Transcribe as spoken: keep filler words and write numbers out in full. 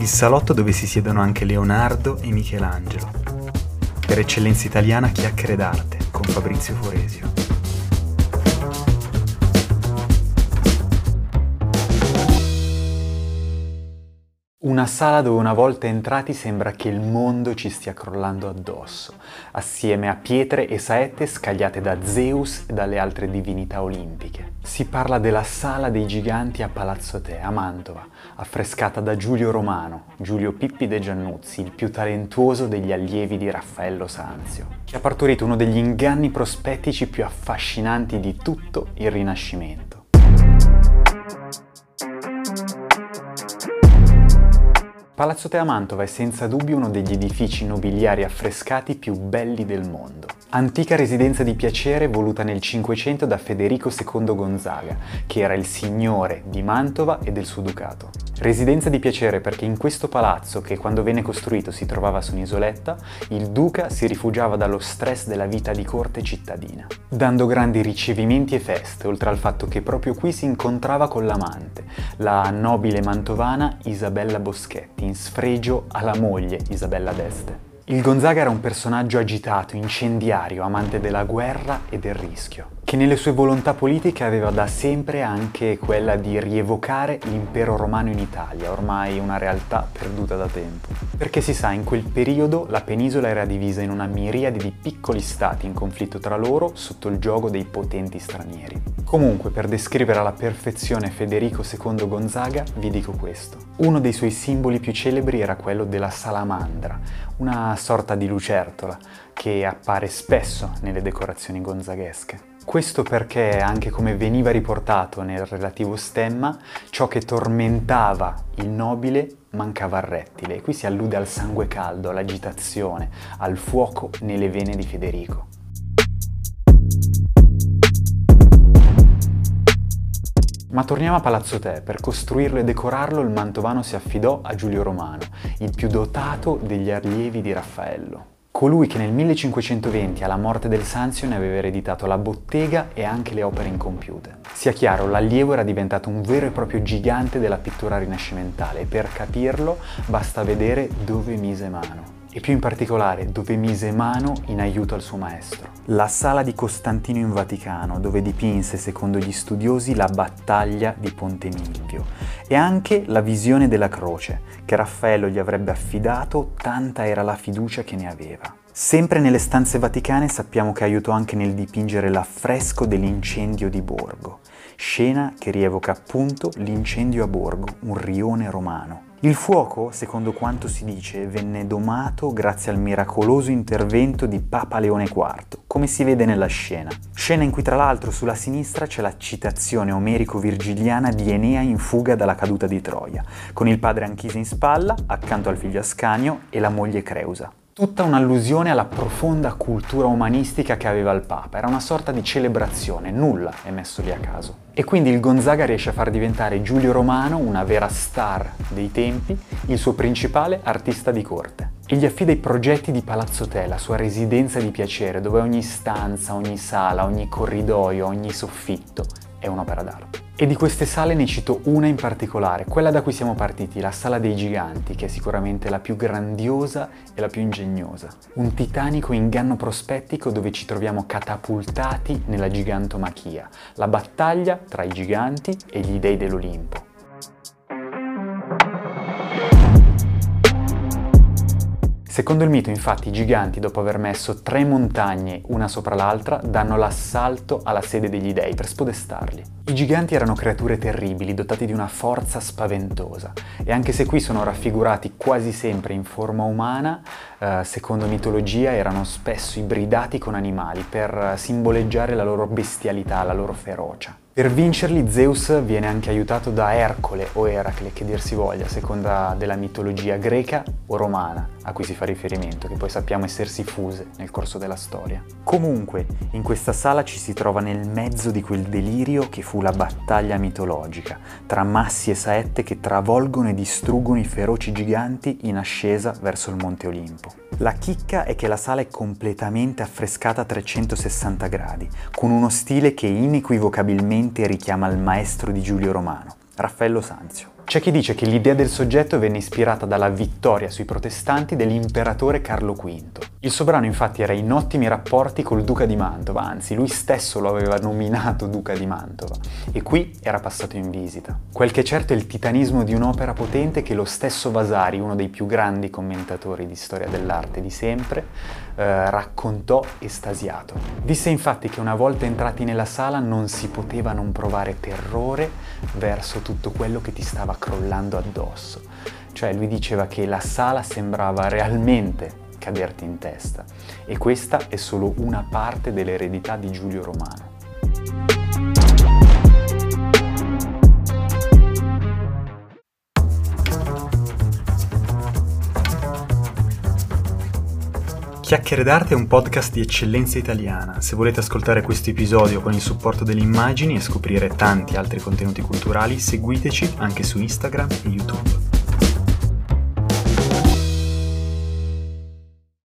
il salotto dove si siedono anche Leonardo e Michelangelo. Per eccellenza italiana, chiacchiere d'arte con Fabrizio Foresio. Una sala dove una volta entrati sembra che il mondo ci stia crollando addosso, assieme a pietre e saette scagliate da Zeus e dalle altre divinità olimpiche. Si parla della Sala dei Giganti a Palazzo Te, a Mantova, affrescata da Giulio Romano, Giulio Pippi de Giannuzzi, il più talentuoso degli allievi di Raffaello Sanzio, che ha partorito uno degli inganni prospettici più affascinanti di tutto il Rinascimento. Palazzo Te a Mantova è senza dubbio uno degli edifici nobiliari affrescati più belli del mondo. Antica residenza di piacere voluta nel Cinquecento da Federico secondo Gonzaga, che era il signore di Mantova e del suo ducato. Residenza di piacere perché in questo palazzo, che quando venne costruito si trovava su un'isoletta, il duca si rifugiava dallo stress della vita di corte cittadina, dando grandi ricevimenti e feste, oltre al fatto che proprio qui si incontrava con l'amante, la nobile mantovana Isabella Boschetti, in sfregio alla moglie Isabella d'Este. Il Gonzaga era un personaggio agitato, incendiario, amante della guerra e del rischio, che nelle sue volontà politiche aveva da sempre anche quella di rievocare l'impero romano in Italia, ormai una realtà perduta da tempo. Perché si sa, in quel periodo la penisola era divisa in una miriade di piccoli stati in conflitto tra loro sotto il giogo dei potenti stranieri. Comunque, per descrivere alla perfezione Federico secondo Gonzaga, vi dico questo. Uno dei suoi simboli più celebri era quello della salamandra, una sorta di lucertola che appare spesso nelle decorazioni gonzaghesche. Questo perché, anche come veniva riportato nel relativo stemma, ciò che tormentava il nobile mancava al rettile, e qui si allude al sangue caldo, all'agitazione, al fuoco nelle vene di Federico. Ma torniamo a Palazzo Te. Per costruirlo e decorarlo il mantovano si affidò a Giulio Romano, il più dotato degli allievi di Raffaello. Colui che nel millecinquecentoventi, alla morte del Sanzio, ne aveva ereditato la bottega e anche le opere incompiute. Sia chiaro, l'allievo era diventato un vero e proprio gigante della pittura rinascimentale, e per capirlo basta vedere dove mise mano. E più in particolare dove mise mano in aiuto al suo maestro. La Sala di Costantino in Vaticano, dove dipinse, secondo gli studiosi, la battaglia di Ponte Milvio, e anche la visione della croce, che Raffaello gli avrebbe affidato, tanta era la fiducia che ne aveva. Sempre nelle stanze vaticane sappiamo che aiutò anche nel dipingere l'affresco dell'incendio di Borgo, scena che rievoca appunto l'incendio a Borgo, un rione romano. Il fuoco, secondo quanto si dice, venne domato grazie al miracoloso intervento di Papa Leone quarto, come si vede nella scena. Scena in cui tra l'altro sulla sinistra c'è la citazione omerico-virgiliana di Enea in fuga dalla caduta di Troia, con il padre Anchise in spalla, accanto al figlio Ascanio e la moglie Creusa. Tutta un'allusione alla profonda cultura umanistica che aveva il Papa, era una sorta di celebrazione, nulla è messo lì a caso. E quindi il Gonzaga riesce a far diventare Giulio Romano una vera star dei tempi, il suo principale artista di corte. E gli affida i progetti di Palazzo Te, la sua residenza di piacere, dove ogni stanza, ogni sala, ogni corridoio, ogni soffitto è un'opera d'arte. E di queste sale ne cito una in particolare, quella da cui siamo partiti, la Sala dei Giganti, che è sicuramente la più grandiosa e la più ingegnosa. Un titanico inganno prospettico dove ci troviamo catapultati nella gigantomachia, la battaglia tra i giganti e gli dei dell'Olimpo. Secondo il mito, infatti, i giganti, dopo aver messo tre montagne una sopra l'altra, danno l'assalto alla sede degli dei per spodestarli. I giganti erano creature terribili, dotati di una forza spaventosa, e anche se qui sono raffigurati quasi sempre in forma umana, eh, secondo mitologia erano spesso ibridati con animali per simboleggiare la loro bestialità, la loro ferocia. Per vincerli Zeus viene anche aiutato da Ercole o Eracle, che dir si voglia, a seconda della mitologia greca o romana a cui si fa riferimento, che poi sappiamo essersi fuse nel corso della storia. Comunque, in questa sala ci si trova nel mezzo di quel delirio che fu la battaglia mitologica, tra massi e saette che travolgono e distruggono i feroci giganti in ascesa verso il Monte Olimpo. La chicca è che la sala è completamente affrescata a trecentosessanta gradi, con uno stile che inequivocabilmente richiama il maestro di Giulio Romano, Raffaello Sanzio. C'è chi dice che l'idea del soggetto venne ispirata dalla vittoria sui protestanti dell'imperatore Carlo quinto. Il sovrano infatti era in ottimi rapporti col duca di Mantova, anzi lui stesso lo aveva nominato duca di Mantova, e qui era passato in visita. Quel che è certo è il titanismo di un'opera potente che lo stesso Vasari, uno dei più grandi commentatori di storia dell'arte di sempre, eh, raccontò estasiato. Disse infatti che una volta entrati nella sala non si poteva non provare terrore verso tutto quello che ti stava crollando addosso. Cioè lui diceva che la sala sembrava realmente caderti in testa, e questa è solo una parte dell'eredità di Giulio Romano. Chiacchiere d'arte è un podcast di eccellenza italiana. Se volete ascoltare questo episodio con il supporto delle immagini e scoprire tanti altri contenuti culturali, seguiteci anche su Instagram e YouTube.